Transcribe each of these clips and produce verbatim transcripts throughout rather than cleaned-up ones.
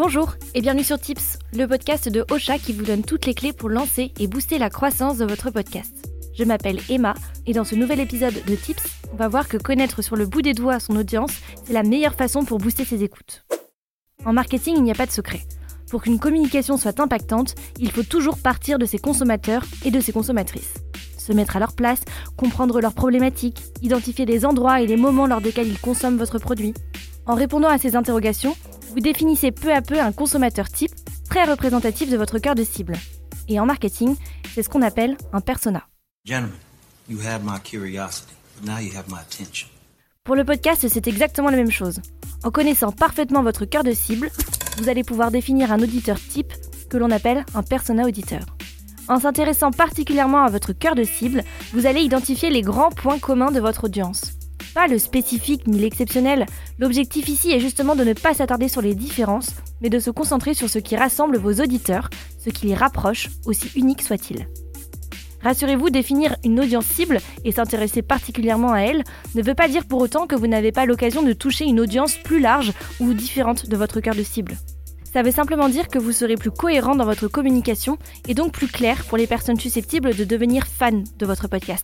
Bonjour et bienvenue sur Tips, le podcast de Ocha qui vous donne toutes les clés pour lancer et booster la croissance de votre podcast. Je m'appelle Emma et dans ce nouvel épisode de Tips, on va voir que connaître sur le bout des doigts son audience, c'est la meilleure façon pour booster ses écoutes. En marketing, il n'y a pas de secret. Pour qu'une communication soit impactante, il faut toujours partir de ses consommateurs et de ses consommatrices. Se mettre à leur place, comprendre leurs problématiques, identifier les endroits et les moments lors desquels ils consomment votre produit. En répondant à ces interrogations, vous définissez peu à peu un consommateur type très représentatif de votre cœur de cible. Et en marketing, c'est ce qu'on appelle un persona. Gentlemen, you had my curiosity, but now you have my attention. Pour le podcast, c'est exactement la même chose. En connaissant parfaitement votre cœur de cible, vous allez pouvoir définir un auditeur type que l'on appelle un persona auditeur. En s'intéressant particulièrement à votre cœur de cible, vous allez identifier les grands points communs de votre audience. Pas le spécifique ni l'exceptionnel, l'objectif ici est justement de ne pas s'attarder sur les différences, mais de se concentrer sur ce qui rassemble vos auditeurs, ce qui les rapproche, aussi unique soit-il. Rassurez-vous, définir une audience cible et s'intéresser particulièrement à elle ne veut pas dire pour autant que vous n'avez pas l'occasion de toucher une audience plus large ou différente de votre cœur de cible. Ça veut simplement dire que vous serez plus cohérent dans votre communication et donc plus clair pour les personnes susceptibles de devenir fans de votre podcast.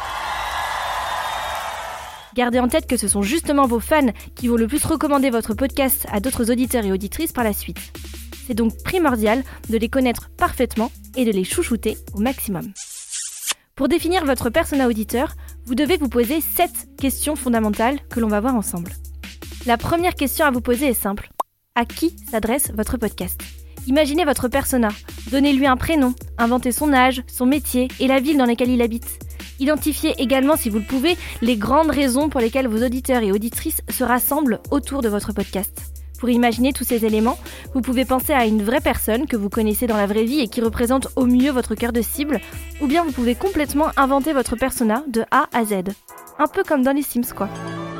Gardez en tête que ce sont justement vos fans qui vont le plus recommander votre podcast à d'autres auditeurs et auditrices par la suite. C'est donc primordial de les connaître parfaitement et de les chouchouter au maximum. Pour définir votre persona auditeur, vous devez vous poser sept questions fondamentales que l'on va voir ensemble. La première question à vous poser est simple. À qui s'adresse votre podcast ? Imaginez votre persona, donnez-lui un prénom, inventez son âge, son métier et la ville dans laquelle il habite. Identifiez également, si vous le pouvez, les grandes raisons pour lesquelles vos auditeurs et auditrices se rassemblent autour de votre podcast. Pour imaginer tous ces éléments, vous pouvez penser à une vraie personne que vous connaissez dans la vraie vie et qui représente au mieux votre cœur de cible, ou bien vous pouvez complètement inventer votre persona de A à Z. Un peu comme dans les Sims, quoi.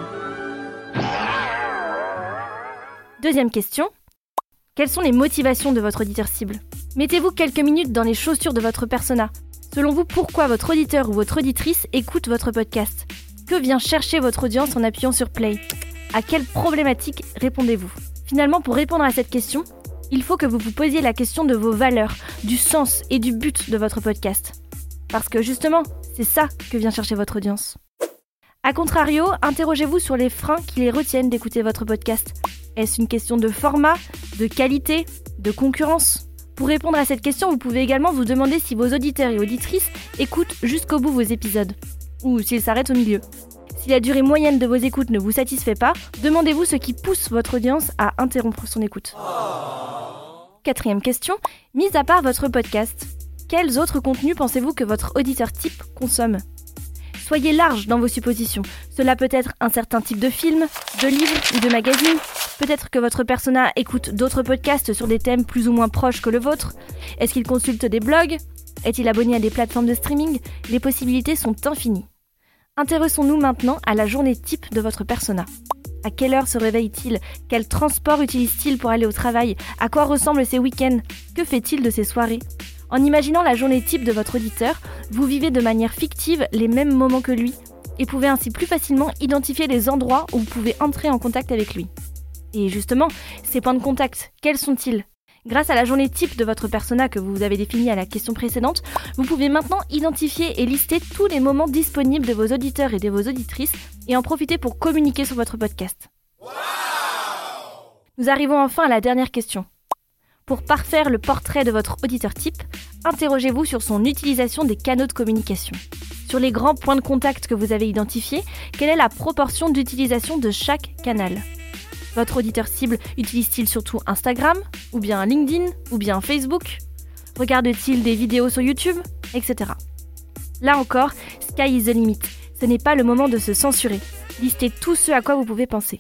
Deuxième question. Quelles sont les motivations de votre auditeur cible ? Mettez-vous quelques minutes dans les chaussures de votre persona. Selon vous, pourquoi votre auditeur ou votre auditrice écoute votre podcast ? Que vient chercher votre audience en appuyant sur play ? À quelle problématique répondez-vous ? Finalement, pour répondre à cette question, il faut que vous vous posiez la question de vos valeurs, du sens et du but de votre podcast. Parce que justement, c'est ça que vient chercher votre audience. A contrario, interrogez-vous sur les freins qui les retiennent d'écouter votre podcast. Est-ce une question de format, de qualité, de concurrence ? Pour répondre à cette question, vous pouvez également vous demander si vos auditeurs et auditrices écoutent jusqu'au bout vos épisodes, ou s'ils s'arrêtent au milieu. Si la durée moyenne de vos écoutes ne vous satisfait pas, demandez-vous ce qui pousse votre audience à interrompre son écoute. Quatrième question, mis à part votre podcast, quels autres contenus pensez-vous que votre auditeur type consomme ? Soyez large dans vos suppositions. Cela peut être un certain type de film, de livre ou de magazine. Peut-être que votre persona écoute d'autres podcasts sur des thèmes plus ou moins proches que le vôtre. Est-ce qu'il consulte des blogs ? Est-il abonné à des plateformes de streaming ? Les possibilités sont infinies. Intéressons-nous maintenant à la journée type de votre persona. À quelle heure se réveille-t-il ? Quel transport utilise-t-il pour aller au travail ? À quoi ressemblent ses week-ends ? Que fait-il de ses soirées ? En imaginant la journée type de votre auditeur, vous vivez de manière fictive les mêmes moments que lui et pouvez ainsi plus facilement identifier les endroits où vous pouvez entrer en contact avec lui. Et justement, ces points de contact, quels sont-ils ? Grâce à la journée type de votre persona que vous avez définie à la question précédente, vous pouvez maintenant identifier et lister tous les moments disponibles de vos auditeurs et de vos auditrices et en profiter pour communiquer sur votre podcast. Wow ! Nous arrivons enfin à la dernière question. Pour parfaire le portrait de votre auditeur type, interrogez-vous sur son utilisation des canaux de communication. Sur les grands points de contact que vous avez identifiés, quelle est la proportion d'utilisation de chaque canal ? Votre auditeur cible utilise-t-il surtout Instagram, ou bien LinkedIn, ou bien Facebook ? Regarde-t-il des vidéos sur YouTube, et cetera. Là encore, sky is the limit. Ce n'est pas le moment de se censurer. Listez tout ce à quoi vous pouvez penser.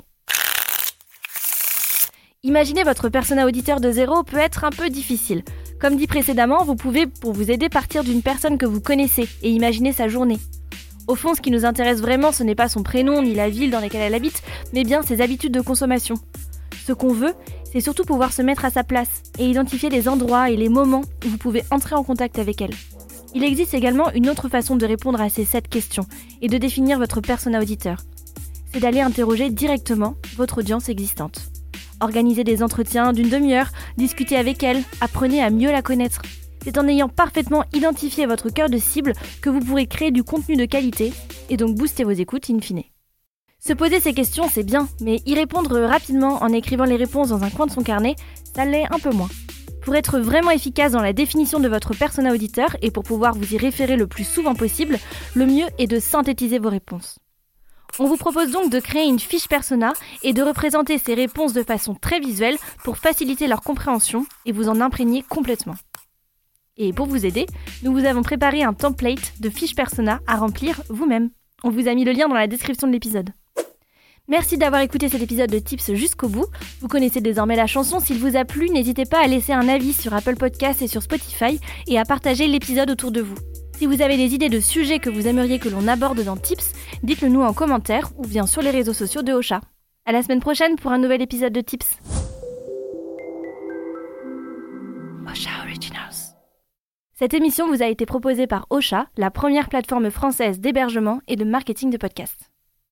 Imaginer votre persona auditeur de zéro peut être un peu difficile. Comme dit précédemment, vous pouvez, pour vous aider, partir d'une personne que vous connaissez et imaginer sa journée. Au fond, ce qui nous intéresse vraiment, ce n'est pas son prénom ni la ville dans laquelle elle habite, mais bien ses habitudes de consommation. Ce qu'on veut, c'est surtout pouvoir se mettre à sa place et identifier les endroits et les moments où vous pouvez entrer en contact avec elle. Il existe également une autre façon de répondre à ces sept questions et de définir votre persona auditeur. C'est d'aller interroger directement votre audience existante. Organisez des entretiens d'une demi-heure, discutez avec elle, apprenez à mieux la connaître. C'est en ayant parfaitement identifié votre cœur de cible que vous pourrez créer du contenu de qualité et donc booster vos écoutes in fine. Se poser ces questions, c'est bien, mais y répondre rapidement en écrivant les réponses dans un coin de son carnet, ça l'est un peu moins. Pour être vraiment efficace dans la définition de votre persona auditeur et pour pouvoir vous y référer le plus souvent possible, le mieux est de synthétiser vos réponses. On vous propose donc de créer une fiche persona et de représenter ces réponses de façon très visuelle pour faciliter leur compréhension et vous en imprégner complètement. Et pour vous aider, nous vous avons préparé un template de fiche persona à remplir vous-même. On vous a mis le lien dans la description de l'épisode. Merci d'avoir écouté cet épisode de Tips jusqu'au bout. Vous connaissez désormais la chanson. S'il vous a plu, n'hésitez pas à laisser un avis sur Apple Podcasts et sur Spotify et à partager l'épisode autour de vous. Si vous avez des idées de sujets que vous aimeriez que l'on aborde dans Tips, dites-le nous en commentaire ou bien sur les réseaux sociaux de Ocha. À la semaine prochaine pour un nouvel épisode de Tips. Ocha Originals. Cette émission vous a été proposée par Ocha, la première plateforme française d'hébergement et de marketing de podcasts.